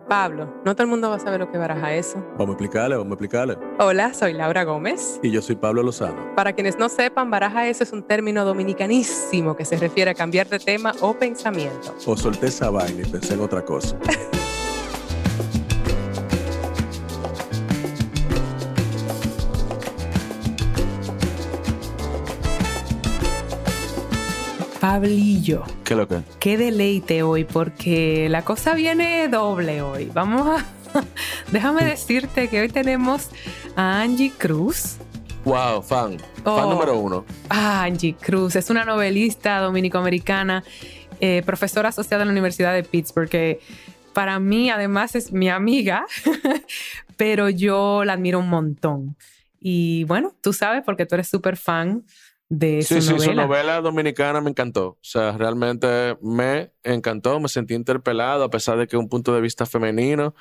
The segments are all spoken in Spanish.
Pablo, no todo el mundo va a saber lo que baraja eso. Vamos a explicarle. Hola, soy Laura Gómez. Y yo soy Pablo Lozano. Para quienes no sepan, baraja eso es un término dominicanísimo que se refiere a cambiar de tema o pensamiento. O solté esa vaina y pensé en otra cosa. Pablillo. ¿Qué es lo que? Qué deleite hoy, porque la cosa viene doble hoy. Déjame decirte que hoy tenemos a Angie Cruz. Wow, fan número 1. Angie Cruz es una novelista dominicoamericana, profesora asociada en la Universidad de Pittsburgh, que para mí además es mi amiga, pero yo la admiro un montón. Y bueno, tú sabes porque tú eres súper fan de su novela. Sí, su novela dominicana me encantó. O sea, realmente me encantó, me sentí interpelado a pesar de que es un punto de vista femenino.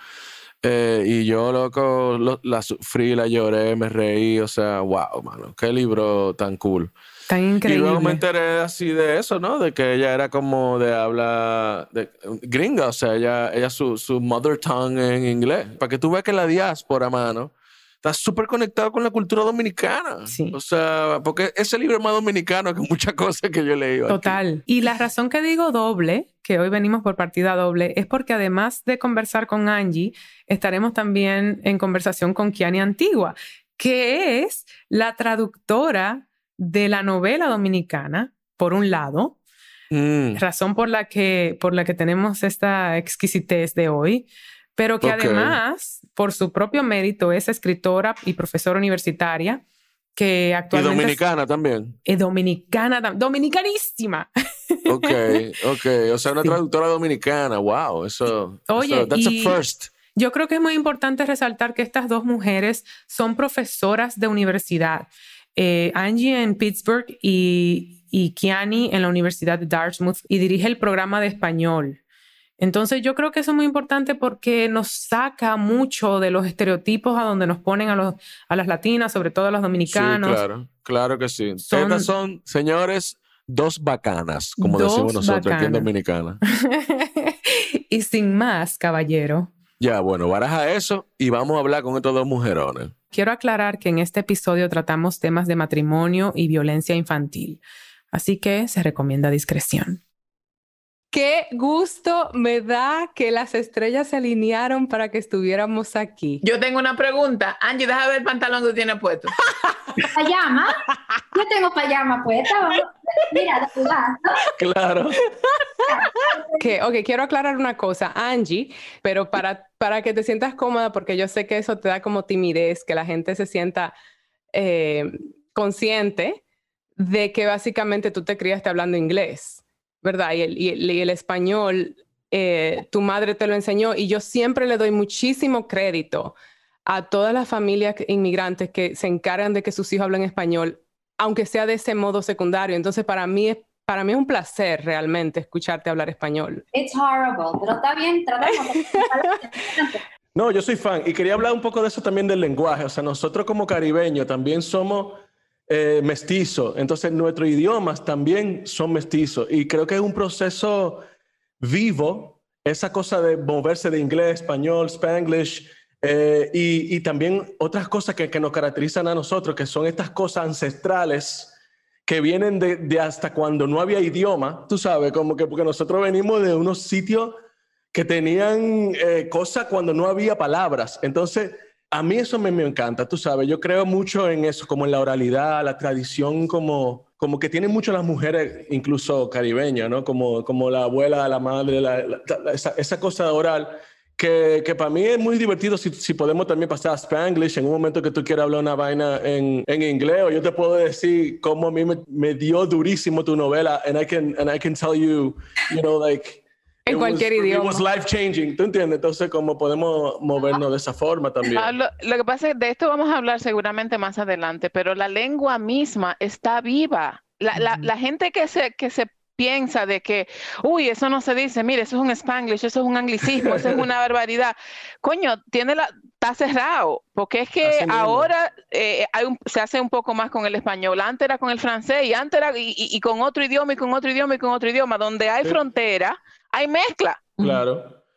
Y yo, loco, la sufrí, la lloré, me reí. O sea, wow, mano, qué libro tan cool. Tan increíble. Y luego me enteré así de eso, ¿no? De que ella era como de habla gringa. O sea, ella su mother tongue en inglés. Para que tú veas que la diáspora, mano, está súper conectado con la cultura dominicana. Sí. O sea, porque ese libro es más dominicano que muchas cosas que yo he leído. Total. Aquí. Y la razón que digo doble, que hoy venimos por partida doble, es porque además de conversar con Angie, estaremos también en conversación con Kiani Antigua, que es la traductora de la novela dominicana, por un lado, razón por la que tenemos esta exquisitez de hoy, pero que además, por su propio mérito, es escritora y profesora universitaria que actualmente... Y dominicana también. Es dominicanísima. Ok. O sea, una traductora dominicana. Wow, Oye, that's a first. Yo creo que es muy importante resaltar que estas dos mujeres son profesoras de universidad. Angie en Pittsburgh y Kiani en la Universidad de Dartmouth, y dirige el programa de español. Entonces yo creo que eso es muy importante porque nos saca mucho de los estereotipos a donde nos ponen a las latinas, sobre todo a los dominicanos. Sí, claro que sí. Estas son, señores, dos bacanas, como decimos nosotros aquí en Dominicana. Y sin más, caballero. Ya, bueno, baraja eso y vamos a hablar con estos dos mujerones. Quiero aclarar que en este episodio tratamos temas de matrimonio y violencia infantil, así que se recomienda discreción. Qué gusto me da que las estrellas se alinearon para que estuviéramos aquí. Yo tengo una pregunta. Angie, deja ver el pantalón que tienes puesto. ¿Payama? Yo tengo payama puesta. Mira, de jugar, ¿no? Claro. Ok, quiero aclarar una cosa, Angie, pero para que te sientas cómoda, porque yo sé que eso te da como timidez, que la gente se sienta consciente de que básicamente tú te criaste hablando inglés, ¿verdad? Y el español, tu madre te lo enseñó, y yo siempre le doy muchísimo crédito a todas las familias inmigrantes que se encargan de que sus hijos hablen español, aunque sea de ese modo secundario. Entonces, para mí es un placer realmente escucharte hablar español. It's horrible, pero está bien, tratamos. No, yo soy fan y quería hablar un poco de eso también del lenguaje. O sea, nosotros como caribeños también somos mestizos, entonces nuestros idiomas también son mestizos y creo que es un proceso vivo, esa cosa de moverse de inglés, español, spanglish, y también otras cosas que nos caracterizan a nosotros, que son estas cosas ancestrales que vienen de hasta cuando no había idioma, tú sabes, como que porque nosotros venimos de unos sitios que tenían cosas cuando no había palabras. Entonces, a mí eso me encanta, tú sabes. Yo creo mucho en eso, como en la oralidad, la tradición, como que tienen mucho las mujeres, incluso caribeñas, ¿no? Como la abuela, la madre, esa cosa oral, que para mí es muy divertido si podemos también pasar a Spanglish en un momento que tú quieras hablar una vaina en inglés, o yo te puedo decir cómo a mí me dio durísimo tu novela, and I can tell you know, like... En cualquier idioma. It was life changing, ¿tú entiendes? Entonces, como podemos movernos de esa forma también. Lo que pasa es que de esto vamos a hablar seguramente más adelante, pero la lengua misma está viva. La gente que se piensa de que, uy, eso no se dice, mire, eso es un Spanglish, eso es un anglicismo, eso es una barbaridad. Coño, está cerrado, porque es que ahora se hace un poco más con el español. Antes era con el francés, y antes era y con otro idioma, y con otro idioma, y con otro idioma. Donde hay frontera, hay mezcla. Claro.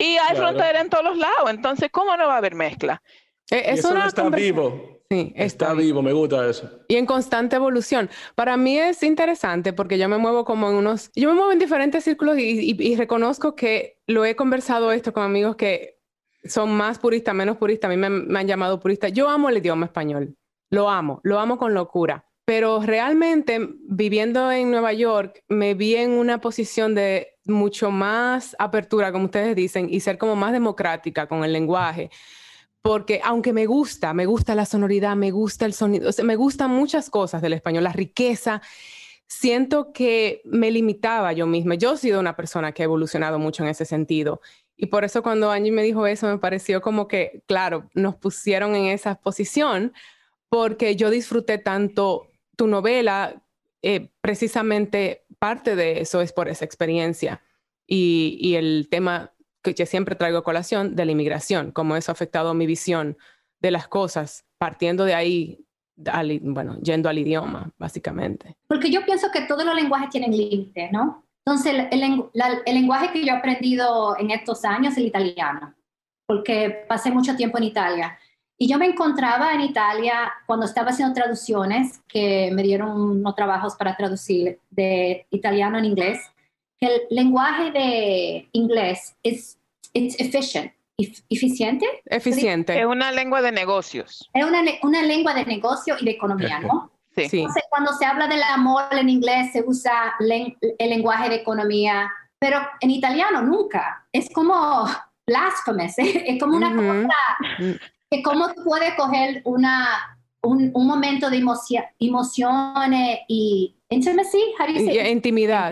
Y hay frontera en todos los lados, entonces, ¿cómo no va a haber mezcla? Eso no está vivo. Sí, está vivo, me gusta eso. Y en constante evolución. Para mí es interesante porque yo me muevo yo me muevo en diferentes círculos y reconozco que lo he conversado esto con amigos que son más puristas, menos puristas. A mí me han llamado purista. Yo amo el idioma español. Lo amo con locura. Pero realmente viviendo en Nueva York me vi en una posición de mucho más apertura, como ustedes dicen, y ser como más democrática con el lenguaje. Porque aunque me gusta la sonoridad, me gusta el sonido, o sea, me gustan muchas cosas del español, la riqueza, siento que me limitaba yo misma. Yo he sido una persona que ha evolucionado mucho en ese sentido. Y por eso cuando Angie me dijo eso, me pareció como que, claro, nos pusieron en esa posición porque yo disfruté tanto tu novela, precisamente parte de eso es por esa experiencia. Y el tema que yo siempre traigo a colación de la inmigración, cómo eso ha afectado mi visión de las cosas, partiendo de ahí, yendo al idioma, básicamente. Porque yo pienso que todos los lenguajes tienen límites, ¿no? Entonces, el lenguaje que yo he aprendido en estos años es el italiano, porque pasé mucho tiempo en Italia. Y yo me encontraba en Italia cuando estaba haciendo traducciones, que me dieron unos trabajos para traducir de italiano en inglés, que el lenguaje de inglés es eficiente. Eficiente. Es una lengua de negocios. Es una lengua de negocio y de economía, ¿no? Sí. Entonces, cuando se habla del amor en inglés, se usa el lenguaje de economía, pero en italiano nunca. Es como blasphemous, ¿eh? Es como una cosa que cómo tú puedes coger un momento de emociones y intimacy, intimidad,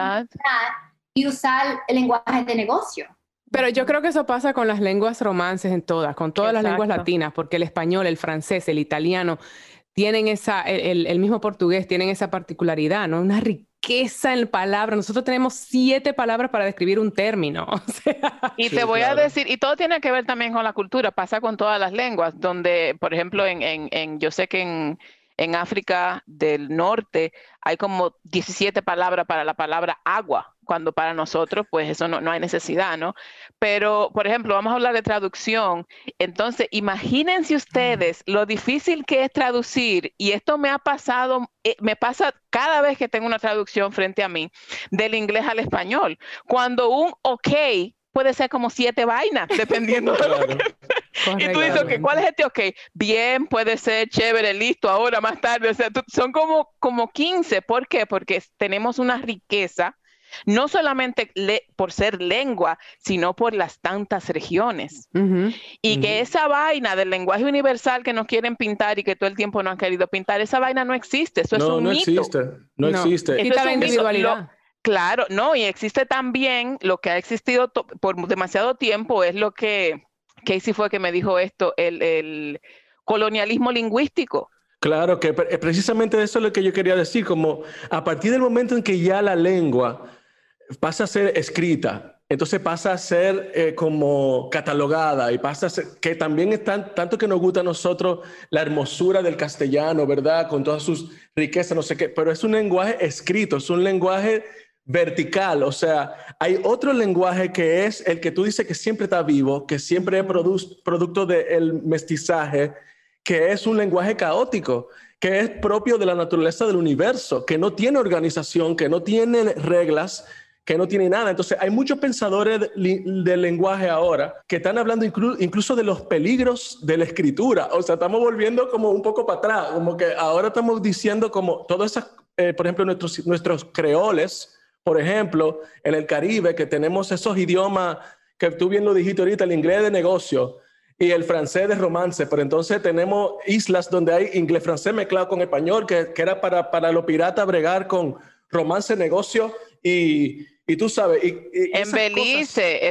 y usar el lenguaje de negocio. Pero yo creo que eso pasa con las lenguas romances con todas las lenguas latinas, porque el español, el francés, el italiano tienen el mismo portugués, tienen esa particularidad, ¿no? Una riqueza en palabras. Nosotros tenemos 7 palabras para describir un término. O sea. Y te voy a decir, y todo tiene que ver también con la cultura, pasa con todas las lenguas, donde, por ejemplo, yo sé que en África del Norte hay como 17 palabras para la palabra agua, cuando para nosotros, pues eso no hay necesidad, ¿no? Pero, por ejemplo, vamos a hablar de traducción. Entonces, imagínense ustedes lo difícil que es traducir, y esto me pasa cada vez que tengo una traducción frente a mí, del inglés al español. Cuando un ok puede ser como 7 vainas, dependiendo de lo que... Y tú dices, okay, ¿cuál es este ok? Bien, puede ser, chévere, listo, ahora, más tarde. O sea, son como 15. ¿Por qué? Porque tenemos una riqueza, no solamente por ser lengua, sino por las tantas regiones. Y que esa vaina del lenguaje universal que nos quieren pintar y que todo el tiempo nos han querido pintar, esa vaina no existe. Eso es un mito. No existe. Quita la individualidad. Claro, no, y existe también lo que ha existido por demasiado tiempo, es lo que Casey fue que me dijo esto, el colonialismo lingüístico. Claro, que precisamente eso es lo que yo quería decir, como a partir del momento en que ya la lengua pasa a ser escrita, entonces pasa a ser como catalogada y pasa a ser, que también es tanto que nos gusta a nosotros la hermosura del castellano, ¿verdad? Con todas sus riquezas, no sé qué, pero es un lenguaje escrito, es un lenguaje vertical, o sea, hay otro lenguaje que es el que tú dices que siempre está vivo, que siempre es producto del mestizaje, que es un lenguaje caótico, que es propio de la naturaleza del universo, que no tiene organización, que no tiene reglas, que no tiene nada. Entonces, hay muchos pensadores del lenguaje ahora que están hablando incluso de los peligros de la escritura. O sea, estamos volviendo como un poco para atrás, como que ahora estamos diciendo como todas esas, por ejemplo, nuestros creoles, por ejemplo, en el Caribe, que tenemos esos idiomas que tú bien lo dijiste ahorita, el inglés de negocio y el francés de romance, pero entonces tenemos islas donde hay inglés-francés mezclado con español, que era para los piratas bregar con romance, negocio y tú sabes... en Belice,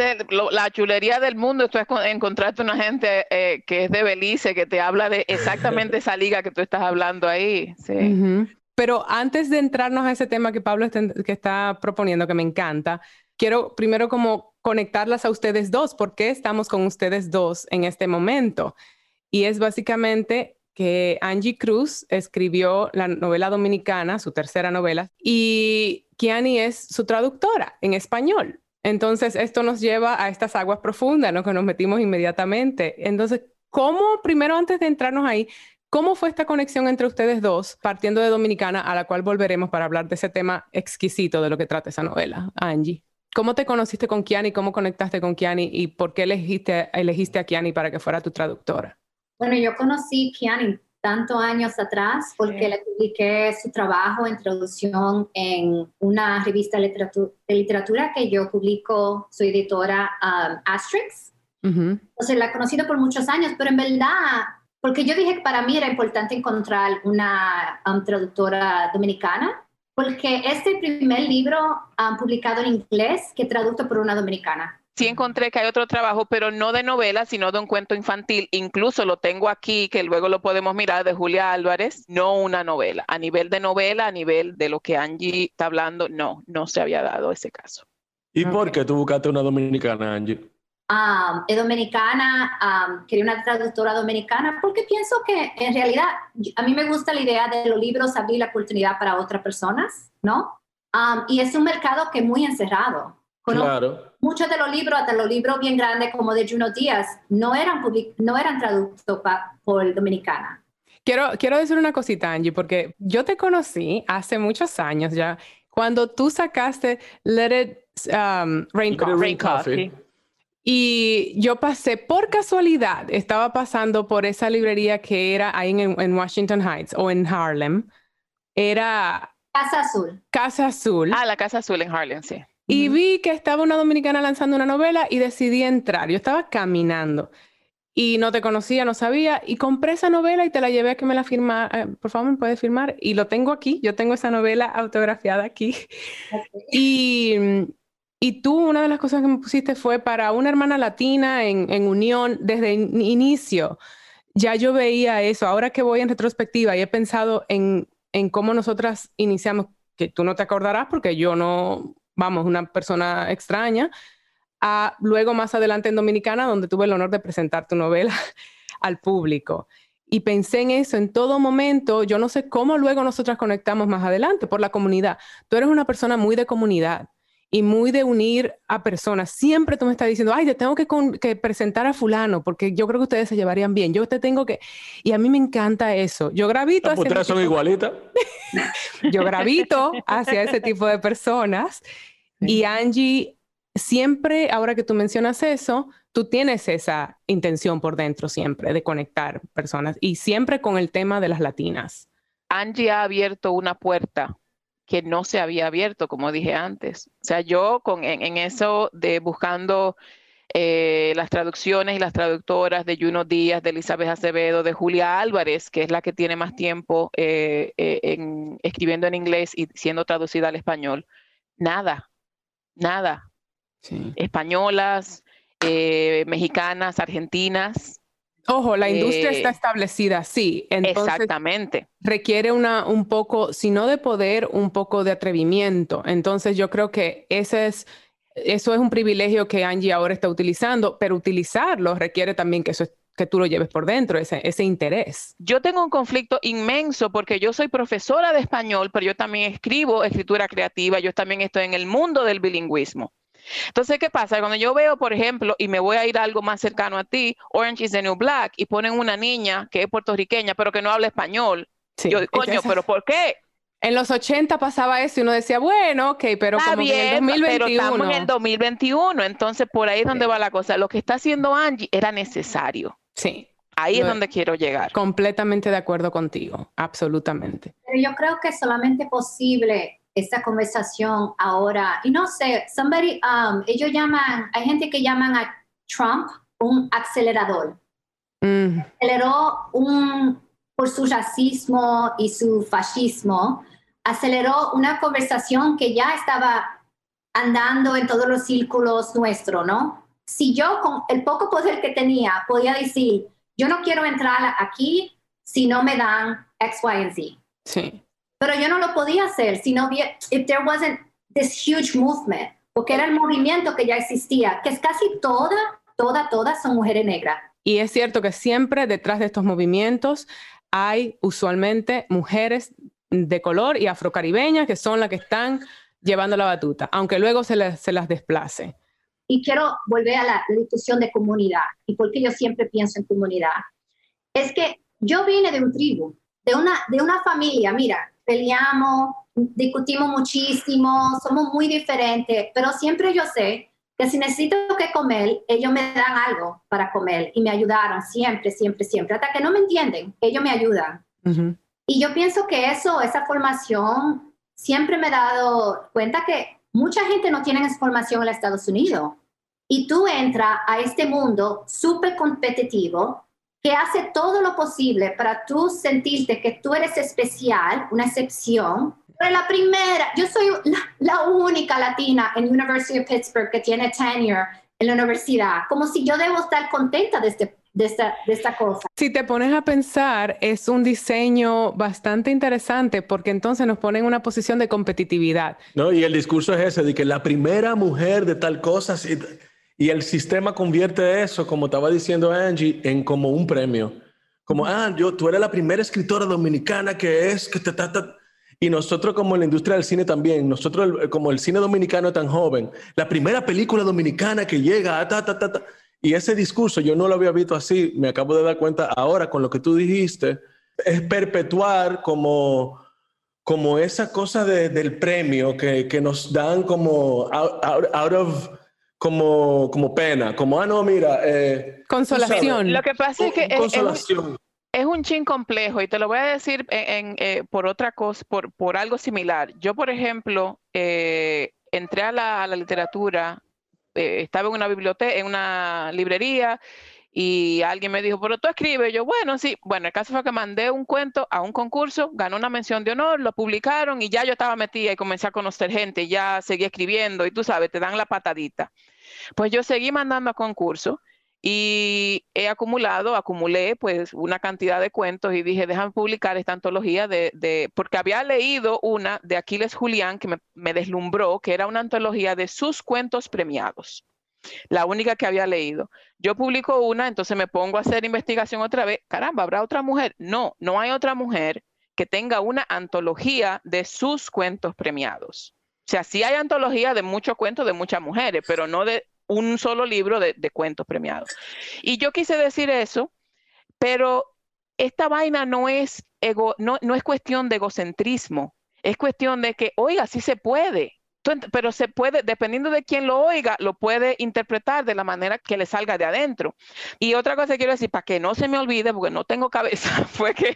la chulería del mundo, tú encontraste una gente que es de Belice, que te habla de exactamente esa liga que tú estás hablando ahí. Sí. Pero antes de entrarnos a ese tema que Pablo que está proponiendo, que me encanta, quiero primero como conectarlas a ustedes dos. ¿Por qué estamos con ustedes dos en este momento? Y es básicamente que Angie Cruz escribió la novela dominicana, su tercera novela, y Kiani es su traductora en español. Entonces, esto nos lleva a estas aguas profundas, ¿no? Que nos metimos inmediatamente. Entonces, primero antes de entrarnos ahí, ¿cómo fue esta conexión entre ustedes dos, partiendo de Dominicana, a la cual volveremos para hablar de ese tema exquisito de lo que trata esa novela, Angie? ¿Cómo te conociste con Kiani? ¿Cómo conectaste con Kiani? ¿Y por qué elegiste a Kiani para que fuera tu traductora? Bueno, yo conocí a Kiani tantos años atrás porque le publiqué su trabajo en traducción en una revista de literatura que yo publico, soy editora, Asterix. Entonces la he conocido por muchos años, pero en verdad, porque yo dije que para mí era importante encontrar una traductora dominicana, porque es el primer libro publicado en inglés que tradujo por una dominicana. Sí encontré que hay otro trabajo, pero no de novela, sino de un cuento infantil. Incluso lo tengo aquí, que luego lo podemos mirar, de Julia Álvarez, no una novela. A nivel de novela, a nivel de lo que Angie está hablando, no se había dado ese caso. ¿Y por qué tú buscaste una dominicana, Angie? Es dominicana, quería una traductora dominicana, porque pienso que en realidad a mí me gusta la idea de los libros abrir la oportunidad para otras personas, ¿no? Y es un mercado que es muy encerrado. Claro. Muchos de los libros, hasta los libros bien grandes como de Junot Díaz, no eran traducidos por dominicana. Quiero decir una cosita, Angie, porque yo te conocí hace muchos años ya, cuando tú sacaste Let It Rain Coffee. Y yo pasé, por casualidad, estaba pasando por esa librería que era ahí en Washington Heights o en Harlem. Era... Casa Azul. Casa Azul. La Casa Azul en Harlem, sí. Y vi que estaba una dominicana lanzando una novela y decidí entrar. Yo estaba caminando y no te conocía, no sabía, y compré esa novela y te la llevé a que me la firmara. Por favor, ¿me puedes firmar? Y lo tengo aquí. Yo tengo esa novela autografiada aquí. Okay. Y tú, una de las cosas que me pusiste fue para una hermana latina en unión desde el inicio. Ya yo veía eso. Ahora que voy en retrospectiva y he pensado en cómo nosotras iniciamos, que tú no te acordarás porque yo no... Vamos, una persona extraña, a luego más adelante en Dominicana, donde tuve el honor de presentar tu novela al público. Y pensé en eso en todo momento. Yo no sé cómo luego nosotras conectamos más adelante por la comunidad. Tú eres una persona muy de comunidad y muy de unir a personas. Siempre tú me estás diciendo, ay, te tengo que presentar a fulano porque yo creo que ustedes se llevarían bien. Yo te tengo que... Y a mí me encanta eso. Yo gravito hacia... ¿Ustedes son igualitas? Yo gravito hacia ese tipo de personas. Y Angie, siempre, ahora que tú mencionas eso, tú tienes esa intención por dentro siempre de conectar personas y siempre con el tema de las latinas. Angie ha abierto una puerta que no se había abierto, como dije antes. O sea, yo en eso de buscando las traducciones y las traductoras de Junot Díaz, de Elizabeth Acevedo, de Julia Álvarez, que es la que tiene más tiempo escribiendo en inglés y siendo traducida al español, nada. Sí. Españolas, mexicanas, argentinas. Ojo, la industria está establecida, sí. Entonces, exactamente. Requiere un poco, si no de poder, un poco de atrevimiento. Entonces yo creo que eso es un privilegio que Angie ahora está utilizando, pero utilizarlo requiere también que tú lo lleves por dentro, ese interés. Yo tengo un conflicto inmenso porque yo soy profesora de español, pero yo también escribo escritura creativa, yo también estoy en el mundo del bilingüismo. Entonces, ¿qué pasa? Cuando yo veo, por ejemplo, y me voy a ir a algo más cercano a ti, Orange is the New Black, y ponen una niña que es puertorriqueña, pero que no habla español. Sí, yo, coño, ¿pero por qué? En los 80 pasaba eso y uno decía, bueno, ok, pero está como bien, en el 2021. Pero estamos en el 2021, entonces por ahí es donde va la cosa. Lo que está haciendo Angie era necesario. Sí. Ahí es donde quiero llegar. Completamente de acuerdo contigo, absolutamente. Pero yo creo que es solamente posible esta conversación ahora, y no sé, ellos hay gente que llaman a Trump un acelerador. Aceleró por su racismo y su fascismo, aceleró una conversación que ya estaba andando en todos los círculos nuestros, ¿no? Si yo con el poco poder que tenía podía decir, yo no quiero entrar aquí si no me dan X, Y, and Z. Sí. Pero yo no lo podía hacer si no hubiera, if there wasn't this huge movement, porque era el movimiento que ya existía, que es casi todas son mujeres negras. Y es cierto que siempre detrás de estos movimientos hay usualmente mujeres de color y afrocaribeñas que son las que están llevando la batuta, aunque luego se las desplace. Y quiero volver a la discusión de comunidad, y por qué yo siempre pienso en comunidad. Es que yo vine de un tribu, de una familia, mira, peleamos, discutimos muchísimo, somos muy diferentes, pero siempre yo sé que si necesito que comer, ellos me dan algo para comer y me ayudaron siempre, siempre, siempre. Hasta que no me entienden, ellos me ayudan. Uh-huh. Y yo pienso que esa formación, siempre me he dado cuenta que mucha gente no tiene esa formación en los Estados Unidos. Y tú entras a este mundo súper competitivo que hace todo lo posible para tú sentirte que tú eres especial, una excepción. Pero la primera, yo soy la única latina en University of Pittsburgh que tiene tenure en la universidad, como si yo debo estar contenta de esta cosa. Si te pones a pensar, es un diseño bastante interesante porque entonces nos pone en una posición de competitividad. No, y el discurso es ese, de que la primera mujer de tal cosa, y el sistema convierte eso, como estaba diciendo Angie, en como un premio. Como, tú eres la primera escritora dominicana que Y nosotros como en la industria del cine también, nosotros como el cine dominicano tan joven, la primera película dominicana que llega a Y ese discurso yo no lo había visto así, me acabo de dar cuenta ahora con lo que tú dijiste, es perpetuar como esa cosa del premio que nos dan como out of, como pena, como, no, mira. Consolación. Lo que pasa es que consolación. Es un chin complejo y te lo voy a decir por otra cosa, por algo similar. Yo, por ejemplo, entré a la literatura, estaba en una biblioteca, en una librería y alguien me dijo, pero tú escribes. Yo, bueno, sí. Bueno, el caso fue que mandé un cuento a un concurso, ganó una mención de honor, lo publicaron y ya yo estaba metida y comencé a conocer gente, ya seguí escribiendo y tú sabes, te dan la patadita. Pues yo seguí mandando a concursos. Y acumulé pues una cantidad de cuentos y dije, déjame publicar esta antología porque había leído una de Aquiles Julián que me deslumbró, que era una antología de sus cuentos premiados. La única que había leído. Yo publico una, entonces me pongo a hacer investigación otra vez. Caramba, ¿habrá otra mujer? No hay otra mujer que tenga una antología de sus cuentos premiados. O sea, sí hay antología de muchos cuentos de muchas mujeres, pero no de un solo libro de cuentos premiados. Y yo quise decir eso, pero esta vaina no es cuestión de egocentrismo, es cuestión de que, oiga, sí se puede, pero se puede, dependiendo de quién lo oiga, lo puede interpretar de la manera que le salga de adentro. Y otra cosa que quiero decir, para que no se me olvide, porque no tengo cabeza, fue que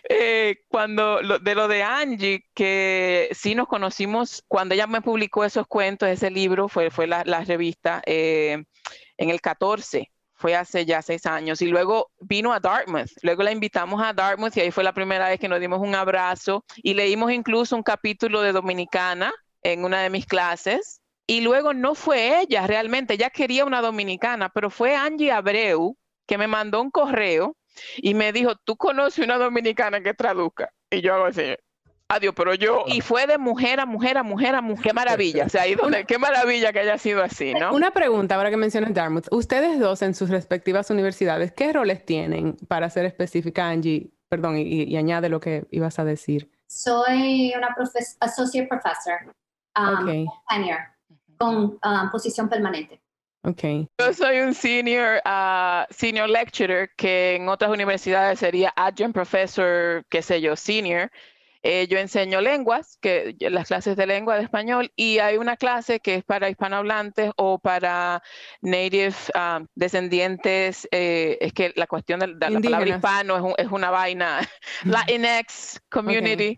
cuando lo de Angie, que sí nos conocimos, cuando ella me publicó esos cuentos, ese libro, fue la revista en el 14, fue hace ya 6 años, y luego vino a Dartmouth, luego la invitamos a Dartmouth y ahí fue la primera vez que nos dimos un abrazo y leímos incluso un capítulo de Dominicana en una de mis clases, y luego no fue ella realmente, ella quería una dominicana, pero fue Angie Abreu que me mandó un correo y me dijo, ¿tú conoces una dominicana que traduzca? Y yo hago así, adiós, pero yo, y fue de mujer a mujer a mujer a mujer, qué maravilla, o sea, qué maravilla que haya sido así, ¿no? Una pregunta, ahora que mencionas Dartmouth, ustedes dos en sus respectivas universidades, ¿qué roles tienen para ser específica, Angie? Perdón, y añade lo que ibas a decir. Soy una associate professor. Okay. Tenure, con posición permanente. Okay. Yo soy un senior lecturer, que en otras universidades sería adjunct professor, qué sé yo, senior. Yo enseño lenguas, las clases de lengua de español, y hay una clase que es para hispanohablantes o para native descendientes. Es que la cuestión de la palabra hispano es una vaina. Latinx community,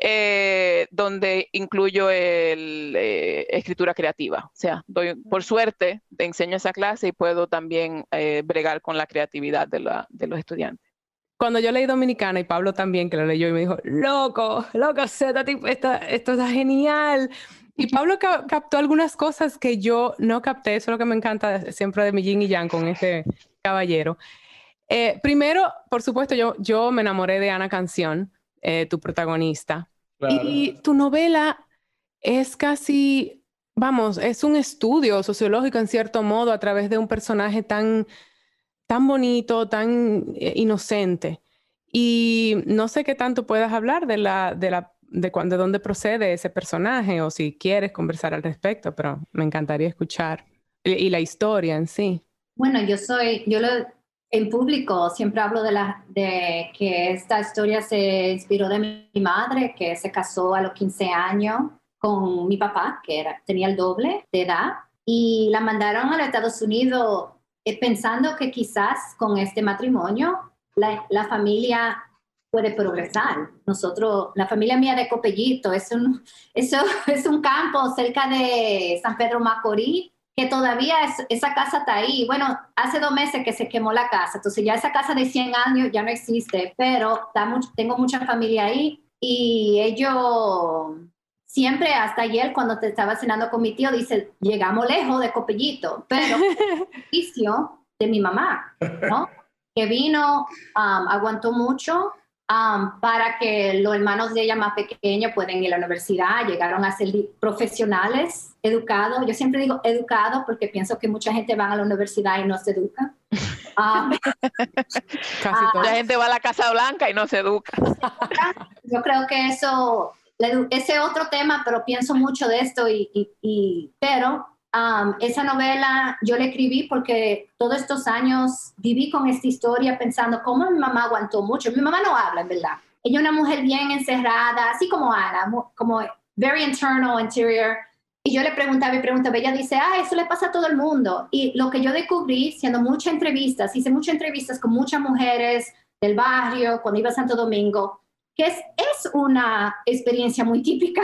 donde incluyo escritura creativa. O sea, por suerte enseño esa clase y puedo también bregar con la creatividad de los estudiantes. Cuando yo leí Dominicana, y Pablo también, que lo leyó, y me dijo, loco, esto está genial. Y Pablo captó algunas cosas que yo no capté. Eso es lo que me encanta siempre de mi yin y yang con este caballero. Primero, por supuesto, yo me enamoré de Ana Canción, tu protagonista. Claro. Y tu novela es casi, es un estudio sociológico en cierto modo a través de un personaje tan bonito, tan inocente. Y no sé qué tanto puedas hablar de la de dónde procede ese personaje o si quieres conversar al respecto, pero me encantaría escuchar. Y la historia en sí. Bueno, en público siempre hablo de que esta historia se inspiró de mi madre, que se casó a los 15 años con mi papá, que tenía el doble de edad, y la mandaron a los Estados Unidos pensando que quizás con este matrimonio la familia puede progresar. La familia mía de Copellito, es un campo cerca de San Pedro Macorís, que todavía esa casa está ahí. Bueno, hace 2 meses que se quemó la casa, entonces ya esa casa de 100 años ya no existe, pero tengo mucha familia ahí y ellos siempre, hasta ayer cuando te estaba cenando con mi tío, dice, llegamos lejos de Copellito, pero juicio de mi mamá, ¿no? Que vino, aguantó mucho para que los hermanos de ella más pequeños puedan ir a la universidad, llegaron a ser profesionales, educados. Yo siempre digo educados porque pienso que mucha gente va a la universidad y no se educa. Casi toda la gente va a la Casa Blanca y no se educa. Yo creo que ese es otro tema, pero pienso mucho de esto pero esa novela yo la escribí porque todos estos años viví con esta historia pensando cómo mi mamá aguantó mucho. Mi mamá no habla, en verdad. Ella es una mujer bien encerrada, así como Ana, como very interior. Y yo le preguntaba, ella dice, eso le pasa a todo el mundo. Y lo que yo descubrí, hice muchas entrevistas con muchas mujeres del barrio, cuando iba a Santo Domingo, que es una experiencia muy típica.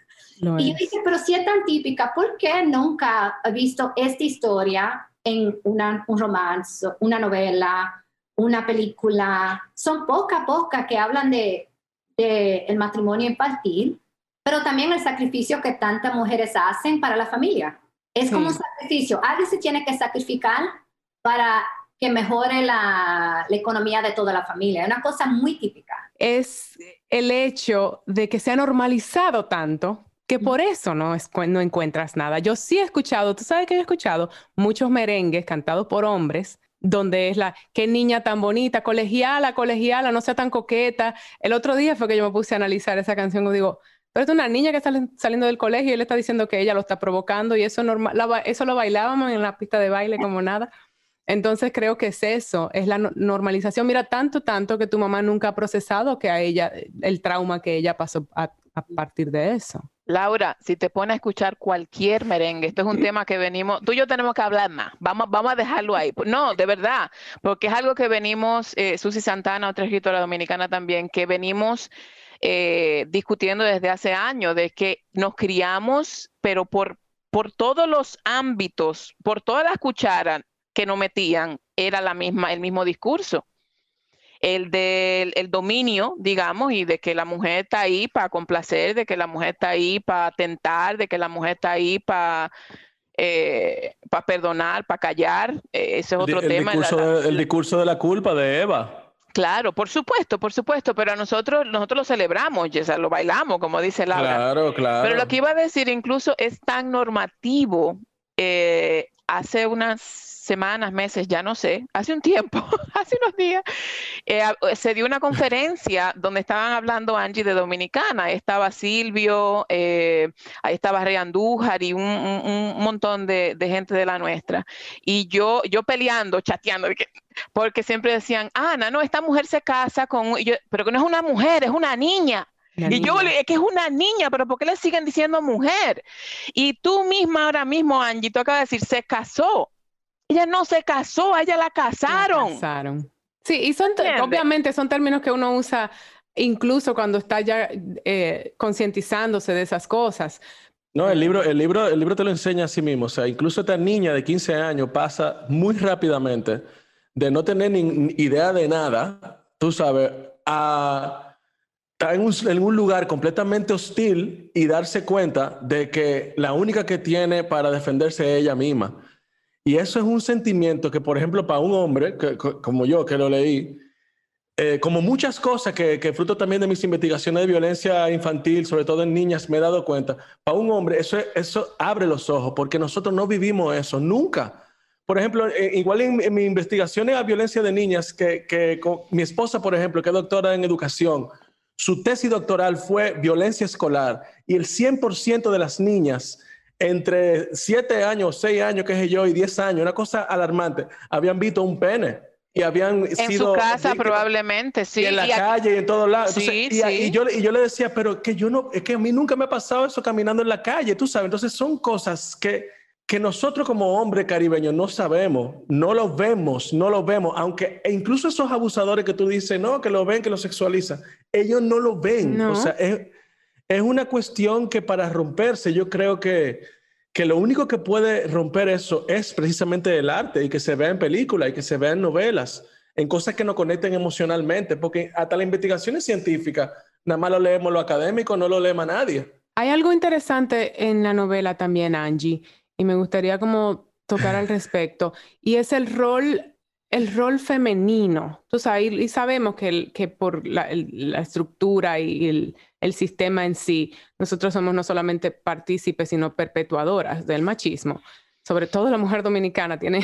Y yo dije, pero si es tan típica, ¿por qué nunca he visto esta historia en un romance, una novela, una película? Son pocas que hablan de el matrimonio infantil, pero también el sacrificio que tantas mujeres hacen para la familia. Es como un sacrificio. Alguien se tiene que sacrificar para que mejore la economía de toda la familia. Es una cosa muy típica. Es el hecho de que se ha normalizado tanto que por eso no encuentras nada. Yo sí he escuchado, tú sabes que he escuchado muchos merengues cantados por hombres, donde es qué niña tan bonita, colegiala, no sea tan coqueta. El otro día fue que yo me puse a analizar esa canción y digo, pero es una niña que está saliendo del colegio y él está diciendo que ella lo está provocando y eso lo bailábamos en la pista de baile como nada. Entonces creo que es eso, es la normalización. Mira, tanto que tu mamá nunca ha procesado que a ella, el trauma que ella pasó a partir de eso. Laura, si te pones a escuchar cualquier merengue, esto es un tema que tú y yo tenemos que hablar más. Vamos a dejarlo ahí. No, de verdad, porque es algo que venimos, Susi Santana, otra escritora dominicana también, que venimos discutiendo desde hace años, de que nos criamos, pero por todos los ámbitos, por todas las cucharas que nos metían, era el mismo discurso. El del dominio, digamos, y de que la mujer está ahí para complacer, de que la mujer está ahí para tentar, de que la mujer está ahí para perdonar, para callar. Ese es otro tema. El discurso de la culpa de Eva. Claro, por supuesto, pero nosotros lo celebramos, ya lo bailamos, como dice Laura. Claro. Pero lo que iba a decir, incluso es tan normativo, hace unas semanas, meses, ya no sé, hace un tiempo, hace unos días, se dio una conferencia donde estaban hablando, Angie, de Dominicana. Estaba Silvio, ahí estaba Rey Andújar y un montón de gente de la nuestra. Y yo peleando, chateando, porque siempre decían, Ana, no, esta mujer se casa pero que no es una mujer, es una niña. Yo es que es una niña, pero ¿por qué le siguen diciendo mujer? Y tú misma ahora mismo, Angie, tú acabas de decir, se casó. Ella no se casó, a ella la casaron. Sí, y obviamente son términos que uno usa incluso cuando está ya concientizándose de esas cosas. No, el libro te lo enseña a sí mismo. O sea, incluso esta niña de 15 años pasa muy rápidamente de no tener ni idea de nada, tú sabes, a estar en un lugar completamente hostil y darse cuenta de que la única que tiene para defenderse es ella misma. Y eso es un sentimiento que, por ejemplo, para un hombre, como yo, que lo leí, como muchas cosas que fruto también de mis investigaciones de violencia infantil, sobre todo en niñas, me he dado cuenta, para un hombre eso abre los ojos, porque nosotros no vivimos eso, nunca. Por ejemplo, igual en mis investigaciones a violencia de niñas, que con mi esposa, por ejemplo, que es doctora en educación, Su tesis doctoral fue violencia escolar y el 100% de las niñas entre 7 años, 6 años, qué sé yo, y 10 años, una cosa alarmante, habían visto un pene y habían En sido su casa víctimas, probablemente, sí. y en la calle y en todos lados. Entonces, Sí, sí. y yo le decía, pero que yo no, es que a mí nunca me ha pasado eso caminando en la calle, tú sabes. Entonces son cosas que nosotros como hombres caribeños no sabemos, no lo vemos, aunque e incluso esos abusadores que tú dices, no, que lo ven, que lo sexualizan, ellos no lo ven. No. O sea, es una cuestión que para romperse, yo creo que lo único que puede romper eso es precisamente el arte y que se vea en películas y que se vea en novelas, en cosas que nos conecten emocionalmente, porque hasta las investigaciones científicas, nada más lo leemos lo académico, no lo lee más nadie. Hay algo interesante en la novela también, Angie, y me gustaría como tocar al respecto, y es el rol femenino. Tú sabes, y sabemos que por la estructura y el sistema en sí, nosotros somos no solamente partícipes, sino perpetuadoras del machismo. Sobre todo la mujer dominicana tiene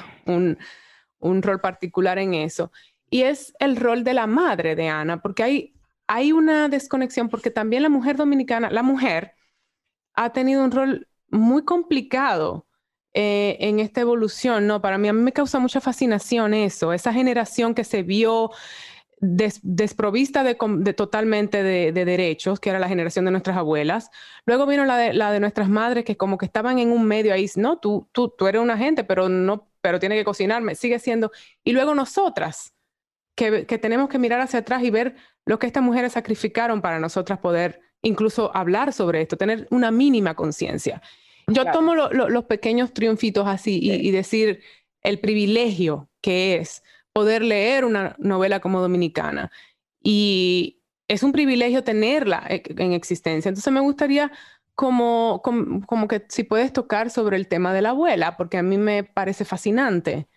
un rol particular en eso. Y es el rol de la madre de Ana, porque hay una desconexión, porque también la mujer dominicana, la mujer, ha tenido un rol muy complicado en esta evolución, ¿no? Para mí, a mí me causa mucha fascinación eso, esa generación que se vio desprovista totalmente de derechos, que era la generación de nuestras abuelas. Luego vino la de nuestras madres, que como que estaban en un medio ahí, no, tú eres una gente, pero tiene que cocinarme, sigue siendo. Y luego nosotras, que tenemos que mirar hacia atrás y ver lo que estas mujeres sacrificaron para nosotras poder incluso hablar sobre esto, tener una mínima conciencia. Yo tomo los pequeños triunfitos así y decir el privilegio que es poder leer una novela como Dominicana. Y es un privilegio tenerla en existencia. Entonces me gustaría como que si puedes tocar sobre el tema de la abuela, porque a mí me parece fascinante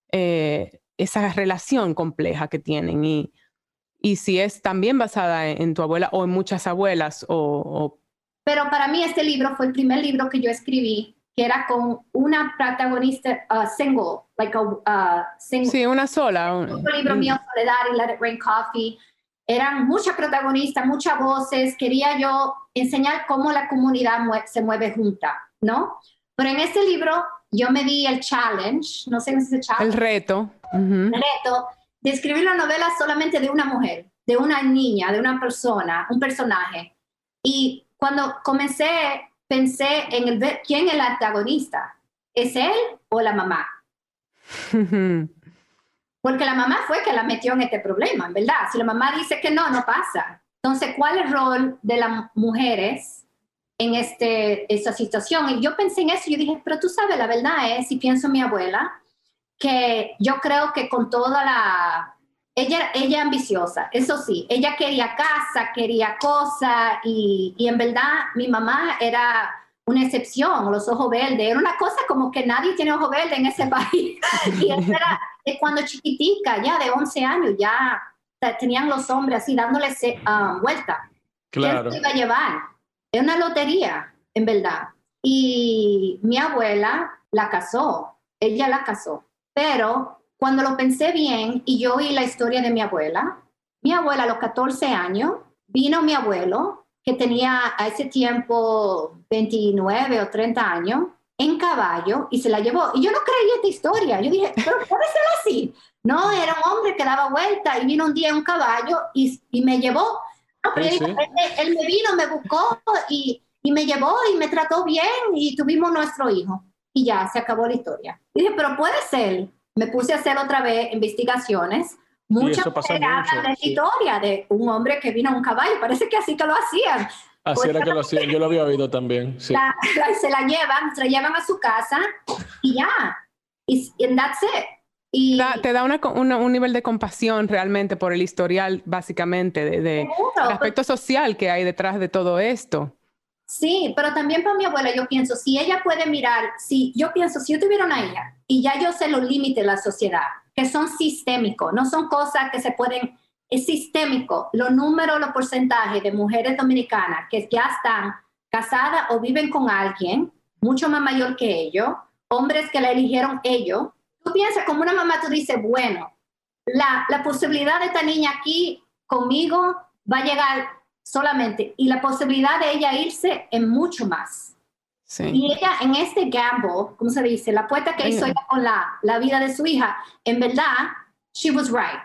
esa relación compleja que tienen y si es también basada en tu abuela o en muchas abuelas Pero para mí este libro fue el primer libro que yo escribí que era con una protagonista single, like single. Sí, una sola. Un libro mío, Soledad y Let It Rain Coffee. Eran muchas protagonistas, muchas voces. Quería yo enseñar cómo la comunidad se mueve junta, ¿no? Pero en este libro yo me di el challenge, no sé si es el challenge. El reto. El reto de escribir la novela solamente de una mujer, de una niña, de una persona, un personaje. Y cuando comencé, pensé en quién es el antagonista. ¿Es él o la mamá? Porque la mamá fue que la metió en este problema, en verdad. Si la mamá dice que no pasa. Entonces, ¿cuál es el rol de las mujeres en esta situación? Y yo pensé en eso y yo dije, pero tú sabes, la verdad es, si pienso en mi abuela, que yo creo que con toda ella ambiciosa, eso sí, ella quería casa, quería cosas y en verdad mi mamá era una excepción, los ojos verdes, era una cosa como que nadie tiene ojos verdes en ese país. Y eso era cuando chiquitica, ya de 11 años, ya tenían los hombres así dándole vuelta. Claro. ¿Quién se iba a llevar? Es una lotería, en verdad. Y mi abuela ella la casó. Pero cuando lo pensé bien y yo oí la historia de mi abuela a los 14 años, vino mi abuelo, que tenía a ese tiempo 29 o 30 años, en caballo y se la llevó. Y yo no creía esta historia. Yo dije, pero puede ser así. No, era un hombre que daba vuelta y vino un día en un caballo y me llevó. No, pero sí. Él me vino, me buscó y me llevó y me trató bien y tuvimos nuestro hijo. Y ya, se acabó la historia. Y dije, pero puede ser. Me puse a hacer otra vez investigaciones. Muchas mujeres hablan de esta historia de un hombre que vino en un caballo. Parece que así que lo hacían. Así era que lo hacían. Yo lo había oído también. Sí. Se la llevan a su casa y ya. And that's it. Y te da un nivel de compasión realmente por el historial, básicamente, del aspecto social que hay detrás de todo esto. Sí, pero también para mi abuela yo pienso, si ella puede mirar, si yo tuviera una hija y ya yo sé los límites de la sociedad, que son sistémicos, no son cosas que se pueden, es sistémico, los números, los porcentajes de mujeres dominicanas que ya están casadas o viven con alguien mucho más mayor que ellos, hombres que la eligieron ellos, tú piensas como una mamá, tú dices, bueno, la posibilidad de esta niña aquí conmigo va a llegar solamente, y la posibilidad de ella irse es mucho más. Sí. Y ella en este gamble, ¿cómo se dice? La apuesta que hizo ella con la vida de su hija, en verdad, she was right.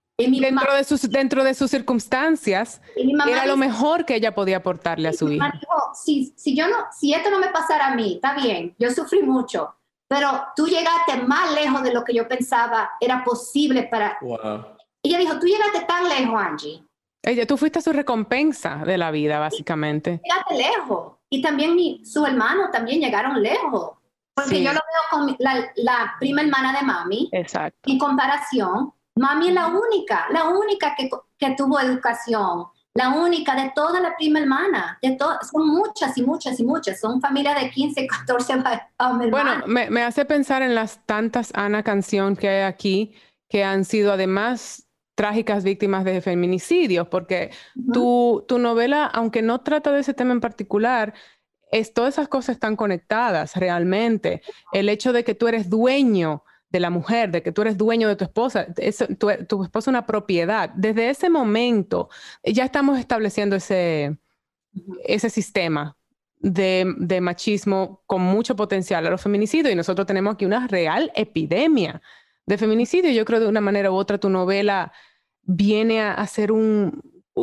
Dentro de sus circunstancias, era lo mejor que ella podía aportarle a su hija. Dijo, si esto no me pasara a mí, está bien, yo sufrí mucho, pero tú llegaste más lejos de lo que yo pensaba era posible para... Wow. Ella dijo, tú llegaste tan lejos, Angie. Tú fuiste su recompensa de la vida, básicamente. Llegaste lejos. Y también sus hermanos también llegaron lejos. Porque yo lo veo con la prima hermana de mami. Exacto. En comparación, mami es la única que tuvo educación. La única de toda la prima hermana. Son muchas y muchas y muchas. Son familias de 15, 14 hermanos. Bueno, me hace pensar en las tantas Ana canción que hay aquí, que han sido además trágicas víctimas de feminicidios, porque tu novela, aunque no trata de ese tema en particular, todas esas cosas están conectadas realmente. El hecho de que tú eres dueño de la mujer, de que tú eres dueño de tu esposa, tu esposa es una propiedad. Desde ese momento ya estamos estableciendo ese sistema de machismo con mucho potencial a los feminicidios, y nosotros tenemos aquí una real epidemia de feminicidio. Yo creo de una manera u otra tu novela viene a ser un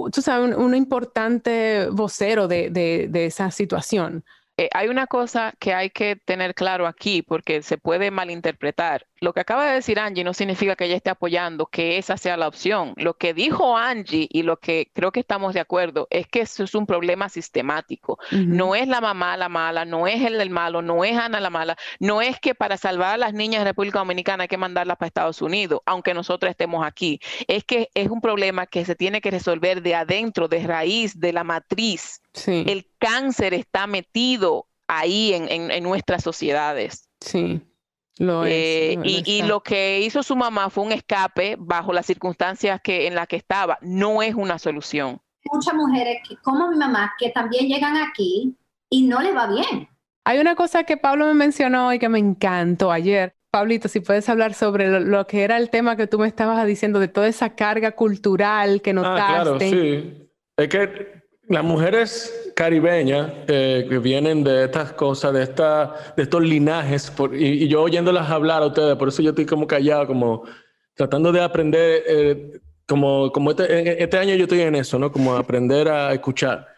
importante vocero de esa situación. Hay una cosa que hay que tener claro aquí, porque se puede malinterpretar. Lo que acaba de decir Angie no significa que ella esté apoyando que esa sea la opción. Lo que dijo Angie, y lo que creo que estamos de acuerdo, es que eso es un problema sistemático. No es la mamá la mala, no es el malo, no es Ana la mala, no es que para salvar a las niñas de República Dominicana hay que mandarlas para Estados Unidos, aunque nosotros estemos aquí. Es que es un problema que se tiene que resolver de adentro, de raíz, de la matriz. Sí. El cáncer está metido ahí en nuestras sociedades. Sí, lo es. Y lo que hizo su mamá fue un escape bajo las circunstancias en las que estaba. No es una solución. Muchas mujeres como mi mamá que también llegan aquí y no le va bien. Hay una cosa que Pablo me mencionó y que me encantó ayer. Pablito, si puedes hablar sobre lo que era el tema que tú me estabas diciendo, de toda esa carga cultural que notaste. Claro, sí. Es que las mujeres caribeñas que vienen de estas cosas, de estos linajes, y yo oyéndolas hablar a ustedes, por eso yo estoy como callado, como tratando de aprender, como este año yo estoy en eso, ¿no? Como aprender a escuchar.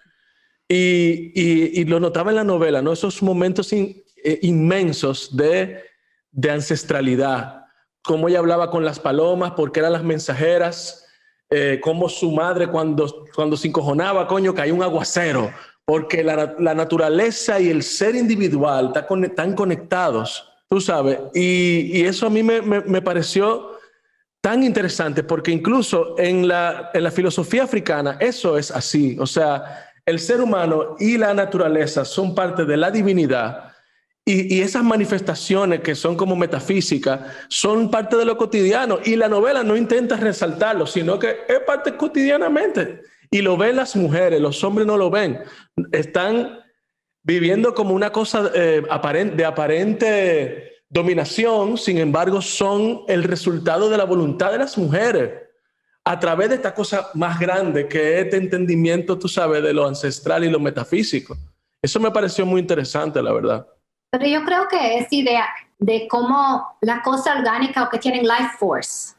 Y lo notaba en la novela, ¿no? Esos momentos inmensos de ancestralidad, cómo ella hablaba con las palomas, porque eran las mensajeras. Como su madre cuando se encojonaba, coño, caía un aguacero, porque la naturaleza y el ser individual están conectados, tú sabes, y eso a mí me pareció tan interesante, porque incluso en la filosofía africana eso es así, o sea, el ser humano y la naturaleza son parte de la divinidad. Y esas manifestaciones que son como metafísicas son parte de lo cotidiano, y la novela no intenta resaltarlo, sino que es parte cotidianamente. Y lo ven las mujeres, los hombres no lo ven. Están viviendo como una cosa de aparente dominación, sin embargo son el resultado de la voluntad de las mujeres a través de esta cosa más grande que es este entendimiento, tú sabes, de lo ancestral y lo metafísico. Eso me pareció muy interesante, la verdad. Pero yo creo que es idea de cómo la cosa orgánica o que tienen life force.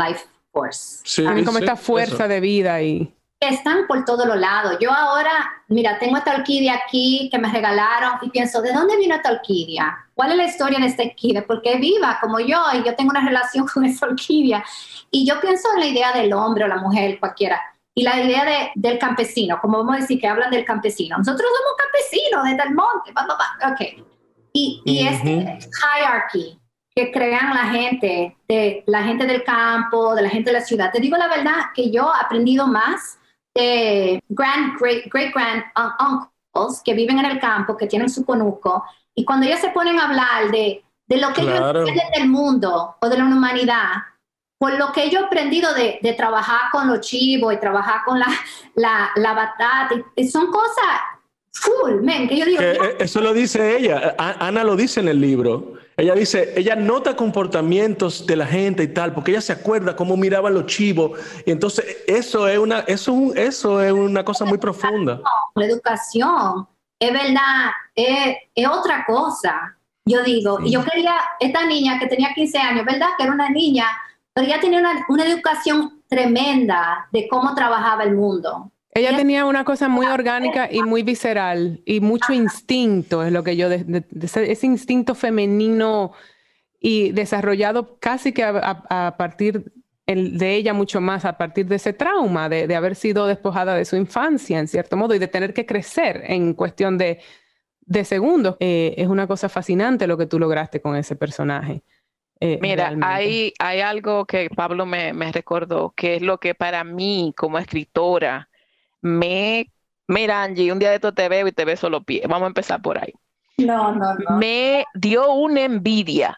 Sí, como esta fuerza de vida y que están por todos los lados. Yo ahora, mira, tengo esta orquídea aquí que me regalaron y pienso, ¿de dónde vino esta orquídea? ¿Cuál es la historia de esta orquídea? Porque es viva como yo y yo tengo una relación con esa orquídea. Y yo pienso en la idea del hombre o la mujer, cualquiera. Y la idea del campesino, como vamos a decir que hablan del campesino. Nosotros somos campesinos desde el monte. Ok. Y este hierarchy que crean la gente del campo, de la gente de la ciudad. Te digo la verdad que yo he aprendido más de great-grand uncles que viven en el campo, que tienen su conuco, y cuando ellos se ponen a hablar de lo que ellos entienden del mundo o de la humanidad, por lo que yo he aprendido de trabajar con los chivos y trabajar con la batata, y son cosas... full, man, que yo digo... Eso lo dice ella, Ana lo dice en el libro. Ella dice, ella nota comportamientos de la gente y tal, porque ella se acuerda cómo miraban los chivos. Y entonces eso es una cosa muy profunda. La educación, es verdad, es otra cosa. Yo digo, y yo quería, esta niña que tenía 15 años, ¿verdad? Que era una niña, pero ella tenía una educación tremenda de cómo trabajaba el mundo. Ella tenía una cosa muy orgánica y muy visceral y mucho instinto, es lo que yo, ese instinto femenino y desarrollado casi que a partir de ella mucho más, a partir de ese trauma, de haber sido despojada de su infancia, en cierto modo, y de tener que crecer en cuestión de segundos. Es una cosa fascinante lo que tú lograste con ese personaje. Mira, hay algo que Pablo me recordó, que es lo que para mí como escritora mira, Angie, un día de esto te veo y te beso los pies. Vamos a empezar por ahí. No. Me dio una envidia.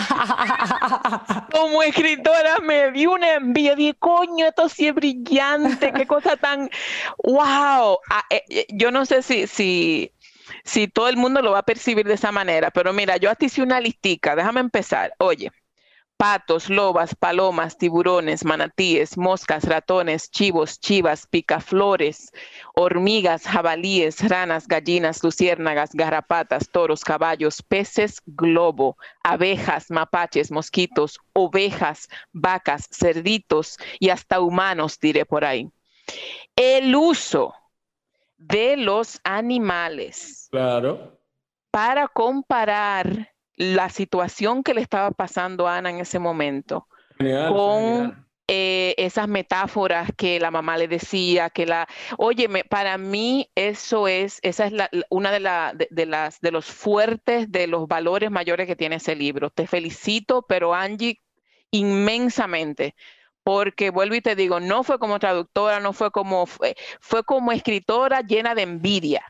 Como escritora me dio una envidia. Dije, coño, esto sí es brillante. Qué cosa tan... ¡Wow! Yo no sé si todo el mundo lo va a percibir de esa manera, pero mira, yo te hice una listica. Déjame empezar. Oye. Patos, lobas, palomas, tiburones, manatíes, moscas, ratones, chivos, chivas, picaflores, hormigas, jabalíes, ranas, gallinas, luciérnagas, garrapatas, toros, caballos, peces, globo, abejas, mapaches, mosquitos, ovejas, vacas, cerditos y hasta humanos, diré por ahí. El uso de los animales. Claro. Para comparar la situación que le estaba pasando a Ana en ese momento con esas metáforas que la mamá le decía, óyeme, para mí esa es una de los fuertes, de los valores mayores que tiene ese libro. Te felicito, pero Angie, inmensamente. Porque vuelvo y te digo, no fue como traductora, fue como escritora llena de envidia.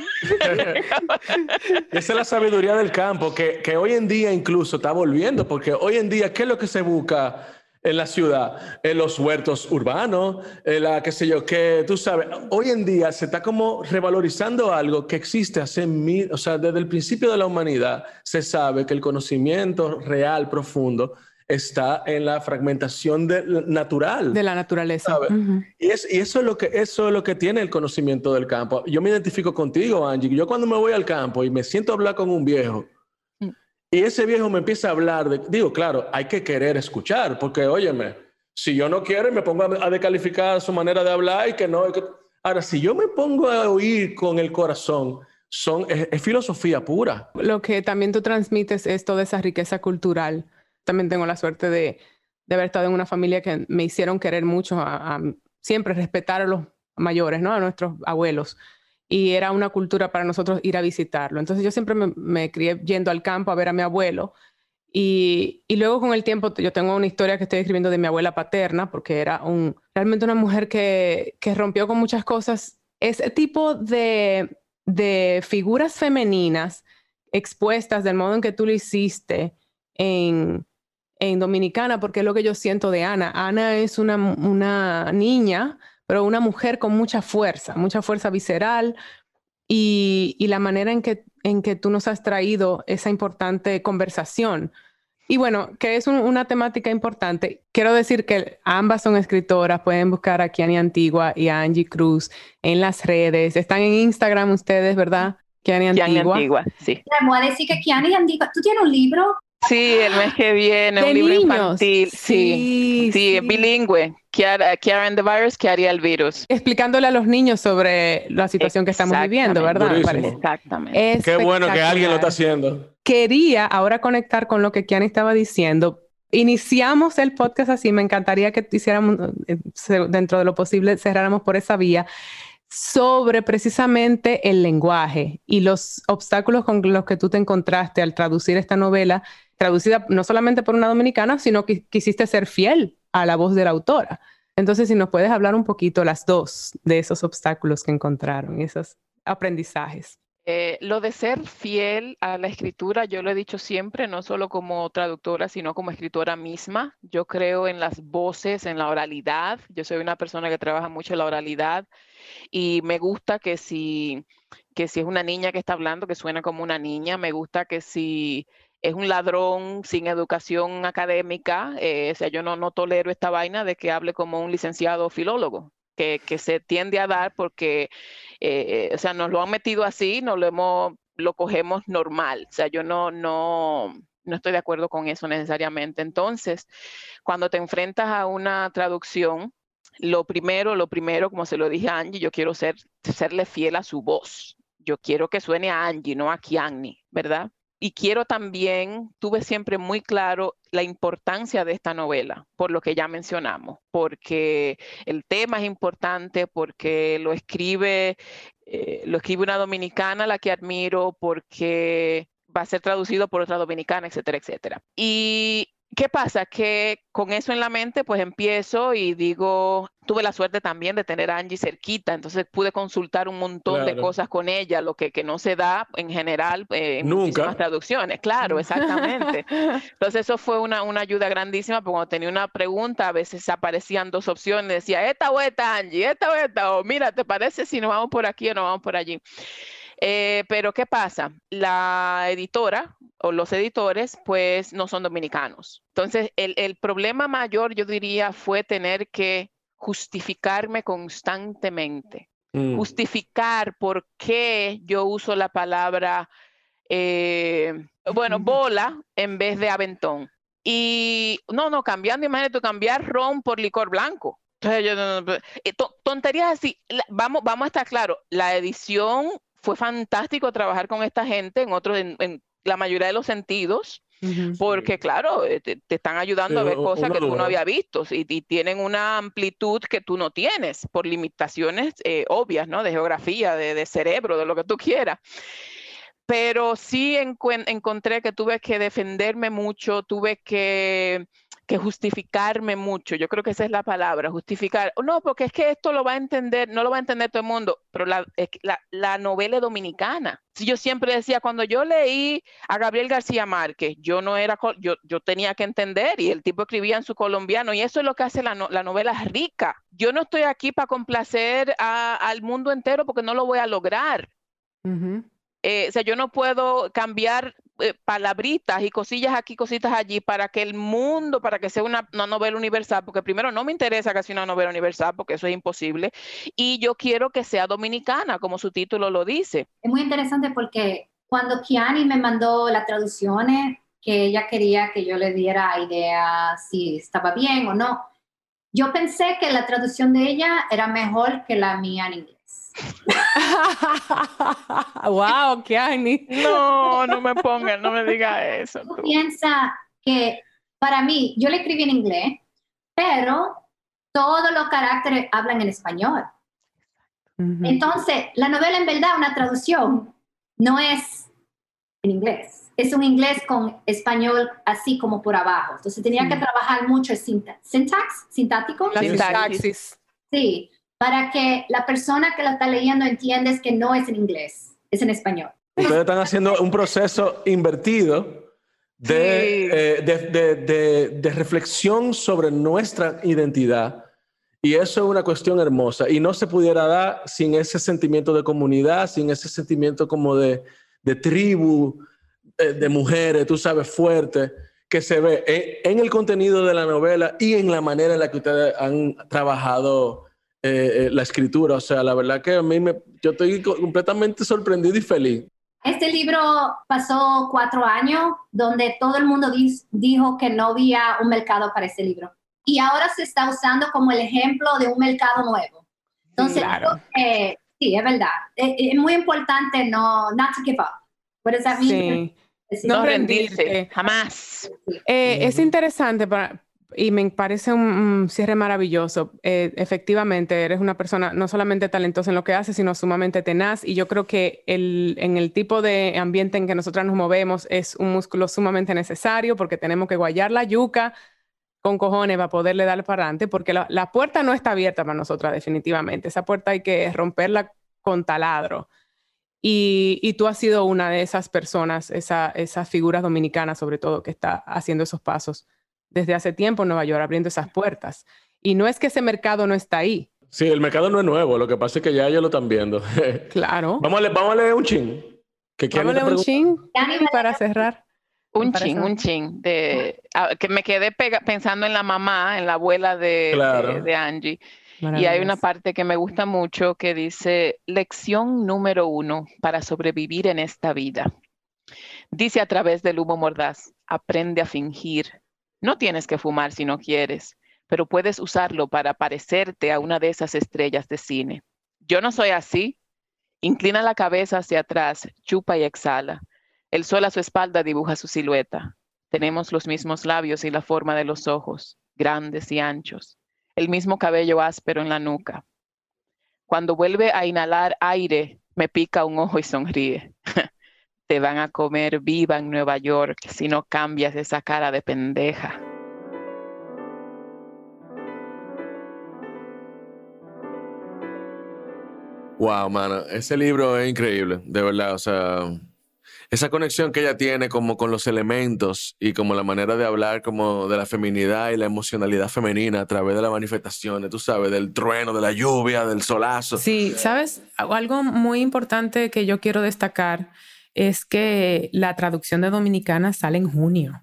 Esa es la sabiduría del campo, que hoy en día incluso está volviendo, porque hoy en día, ¿qué es lo que se busca en la ciudad? En los huertos urbanos, qué sé yo, que tú sabes, hoy en día se está como revalorizando algo que existe o sea, desde el principio de la humanidad se sabe que el conocimiento real, profundo, está en la fragmentación natural. De la naturaleza. Uh-huh. Y eso es lo que tiene el conocimiento del campo. Yo me identifico contigo, Angie. Yo cuando me voy al campo y me siento a hablar con un viejo, y ese viejo me empieza a hablar, digo, claro, hay que querer escuchar, porque, óyeme, si yo no quiero y me pongo a descalificar su manera de hablar y que no... Ahora, si yo me pongo a oír con el corazón, es filosofía pura. Lo que también tú transmites es toda esa riqueza cultural. También tengo la suerte de haber estado en una familia que me hicieron querer mucho, a siempre respetar a los mayores, ¿no? A nuestros abuelos. Y era una cultura para nosotros ir a visitarlo. Entonces yo siempre me crié yendo al campo a ver a mi abuelo. Y luego con el tiempo yo tengo una historia que estoy escribiendo de mi abuela paterna, porque era realmente una mujer que rompió con muchas cosas. Ese tipo de figuras femeninas expuestas del modo en que tú lo hiciste en Dominicana, porque es lo que yo siento de Ana. Ana es una niña, pero una mujer con mucha fuerza visceral, y la manera en que tú nos has traído esa importante conversación. Y bueno, que es una temática importante. Quiero decir que ambas son escritoras. Pueden buscar a Kiani Antigua y a Angie Cruz en las redes. Están en Instagram ustedes, ¿verdad? Kiani Antigua, sí. Vamos a decir que Kiani Antigua, ¿tú tienes un libro? Sí, el mes que viene, un libro infantil. Sí, es bilingüe. Kiara and the Virus, Kiara y el virus. Explicándole a los niños sobre la situación que estamos viviendo, ¿verdad? Exactamente. Qué bueno que alguien lo está haciendo. Quería ahora conectar con lo que Kiani estaba diciendo. Iniciamos el podcast así. Me encantaría que hiciéramos, dentro de lo posible, cerráramos por esa vía, sobre precisamente el lenguaje y los obstáculos con los que tú te encontraste al traducir esta novela, traducida no solamente por una dominicana, sino que quisiste ser fiel a la voz de la autora. Entonces, si nos puedes hablar un poquito las dos de esos obstáculos que encontraron, esos aprendizajes. Lo de ser fiel a la escritura, yo lo he dicho siempre, no solo como traductora, sino como escritora misma. Yo creo en las voces, en la oralidad. Yo soy una persona que trabaja mucho en la oralidad y me gusta que si es una niña que está hablando, que suena como una niña. Me gusta que si es un ladrón sin educación académica. O sea, yo no tolero esta vaina de que hable como un licenciado filólogo, que se tiende a dar porque, o sea, nos lo han metido así, lo cogemos normal. O sea, yo no estoy de acuerdo con eso necesariamente. Entonces, cuando te enfrentas a una traducción, lo primero, como se lo dije a Angie, yo quiero serle fiel a su voz. Yo quiero que suene a Angie, no a Kiani, ¿verdad? Y quiero también, tuve siempre muy claro la importancia de esta novela, por lo que ya mencionamos, porque el tema es importante, porque lo escribe una dominicana a la que admiro, porque va a ser traducido por otra dominicana, etcétera, etcétera. Y ¿qué pasa? Que con eso en la mente, pues empiezo y digo, tuve la suerte también de tener a Angie cerquita, entonces pude consultar un montón de cosas con ella, lo que no se da en general en muchísimas traducciones. Claro, exactamente. Entonces eso fue una ayuda grandísima, porque cuando tenía una pregunta, a veces aparecían dos opciones, decía, esta o esta, Angie, esta o esta, o mira, ¿te parece si nos vamos por aquí o nos vamos por allí? Pero ¿qué pasa? La editora o los editores, pues no son dominicanos. Entonces, el problema mayor, yo diría, fue tener que justificarme constantemente. Justificar por qué yo uso la palabra, bola en vez de aventón. Y cambiando, imagínate, cambiar ron por licor blanco. Entonces, tonterías así. Vamos a estar claros, la edición fue fantástico trabajar con esta gente en la mayoría de los sentidos, porque claro, te están ayudando a ver cosas que tú no habías visto y tienen una amplitud que tú no tienes por limitaciones obvias, ¿no? De geografía, de cerebro, de lo que tú quieras. Pero sí encontré que tuve que defenderme mucho, tuve que justificarme mucho. Yo creo que esa es la palabra, justificar. No, porque es que esto no lo va a entender todo el mundo, pero la novela es dominicana. Yo siempre decía, cuando yo leí a Gabriel García Márquez, yo tenía que entender, y el tipo escribía en su colombiano, y eso es lo que hace la novela rica. Yo no estoy aquí para complacer al mundo entero, porque no lo voy a lograr. O sea, yo no puedo cambiar palabritas y cosillas aquí, cositas allí para que sea una novela universal, porque primero no me interesa que sea una novela universal, porque eso es imposible, y yo quiero que sea dominicana, como su título lo dice. Es muy interesante porque cuando Kiani me mandó las traducciones, que ella quería que yo le diera idea si estaba bien o no, yo pensé que la traducción de ella era mejor que la mía en inglés. Wow, Kiani. No me diga eso. Tú piensa que para mí, yo le escribí en inglés, pero todos los caracteres hablan en español. Entonces, la novela en verdad, una traducción, no es en inglés. Es un inglés con español así como por abajo. Entonces tenía que trabajar mucho el sintáctico. La sintaxis. Sí, para que la persona que lo está leyendo entienda que no es en inglés, es en español. Ustedes están haciendo un proceso invertido de reflexión sobre nuestra identidad, y eso es una cuestión hermosa, y no se pudiera dar sin ese sentimiento de comunidad, sin ese sentimiento como de tribu, de mujeres, tú sabes, fuerte, que se ve en el contenido de la novela y en la manera en la que ustedes han trabajado la escritura. O sea, la verdad que yo estoy completamente sorprendido y feliz. Este libro pasó 4 años donde todo el mundo dijo que no había un mercado para este libro. Y ahora se está usando como el ejemplo de un mercado nuevo. Entonces, claro. Sí, es verdad. Es muy importante not to give up. What does that mean? Sí. No rendirse, jamás. Es interesante y me parece un cierre maravilloso. Efectivamente, eres una persona no solamente talentosa en lo que haces, sino sumamente tenaz. Y yo creo que en el tipo de ambiente en que nosotras nos movemos es un músculo sumamente necesario, porque tenemos que guayar la yuca con cojones para poderle dar para adelante, porque la puerta no está abierta para nosotras definitivamente. Esa puerta hay que romperla con taladro. Y tú has sido una de esas personas, esas figuras dominicanas sobre todo, que está haciendo esos pasos desde hace tiempo en Nueva York, abriendo esas puertas. Y no es que ese mercado no está ahí. Sí, el mercado no es nuevo, lo que pasa es que ya ellos lo están viendo. Claro. Vamos a leer un chin. Vamos a leer un chin para cerrar. Un chin. Que me quedé pensando en la mamá, en la abuela de Angie. Y hay una parte que me gusta mucho que dice, lección número 1 para sobrevivir en esta vida. Dice a través del humo mordaz, aprende a fingir. No tienes que fumar si no quieres, pero puedes usarlo para parecerte a una de esas estrellas de cine. Yo no soy así. Inclina la cabeza hacia atrás, chupa y exhala. El sol a su espalda dibuja su silueta. Tenemos los mismos labios y la forma de los ojos, grandes y anchos. El mismo cabello áspero en la nuca. Cuando vuelve a inhalar aire, me pica un ojo y sonríe. Te van a comer viva en Nueva York si no cambias esa cara de pendeja. Wow, mano, ese libro es increíble, de verdad, o sea, esa conexión que ella tiene como con los elementos y como la manera de hablar como de la feminidad y la emocionalidad femenina a través de las manifestaciones, tú sabes, del trueno, de la lluvia, del solazo. Sí, ¿sabes? Algo muy importante que yo quiero destacar es que la traducción de Dominicana sale en junio.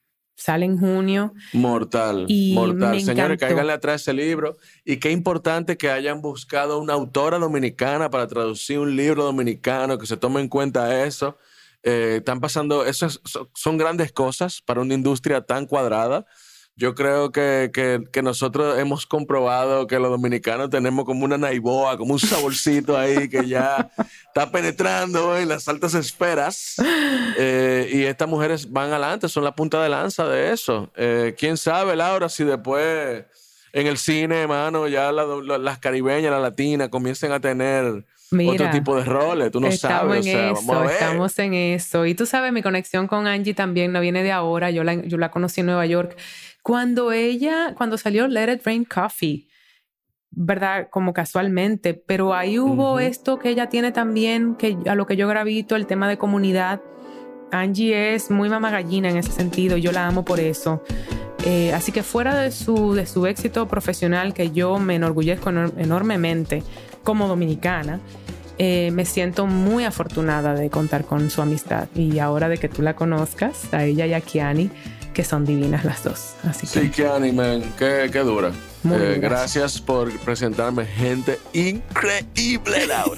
Mortal. Señores, cáiganle atrás ese libro. Y qué importante que hayan buscado una autora dominicana para traducir un libro dominicano, que se tome en cuenta eso. Están pasando, son grandes cosas para una industria tan cuadrada. Yo creo que nosotros hemos comprobado que los dominicanos tenemos como una naiboa, como un saborcito ahí que ya está penetrando en las altas esferas. Y estas mujeres van adelante, son la punta de lanza de eso. ¿Quién sabe, Laura, si después en el cine, mano, ya las caribeñas, las latinas comiencen a tener otro tipo de roles? Tú no sabes. Estamos en eso. Y tú sabes, mi conexión con Angie también no viene de ahora. Yo la conocí en Nueva York. Cuando salió Let It Rain Coffee, ¿verdad? Como casualmente, pero ahí hubo esto que ella tiene también, que a lo que yo gravito, el tema de comunidad. Angie es muy mamá gallina en ese sentido, yo la amo por eso. Así que fuera de su éxito profesional, que yo me enorgullezco enormemente como dominicana, me siento muy afortunada de contar con su amistad. Y ahora de que tú la conozcas, a ella y a Kiani, que son divinas las dos. Así que... Sí, Kiani, man, qué dura. Gracias por presentarme gente increíble, Laura.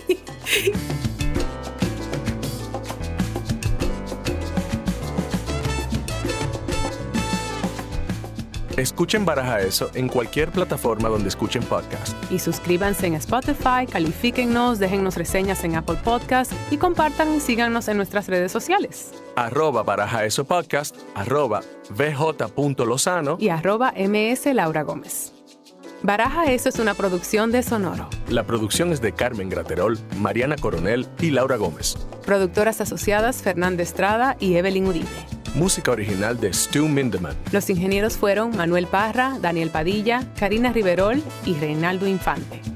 Escuchen Baraja Eso en cualquier plataforma donde escuchen podcast. Y suscríbanse en Spotify, califíquennos, déjennos reseñas en Apple Podcast y compartan y síganos en nuestras redes sociales. @Baraja Eso Podcast, @VJ.Lozano y @MS Laura Gómez. Baraja Eso es una producción de Sonoro. La producción es de Carmen Graterol, Mariana Coronel y Laura Gómez. Productoras asociadas Fernanda Estrada y Evelyn Uribe. Música original de Stu Mindeman. Los ingenieros fueron Manuel Parra, Daniel Padilla, Karina Riverol y Reinaldo Infante.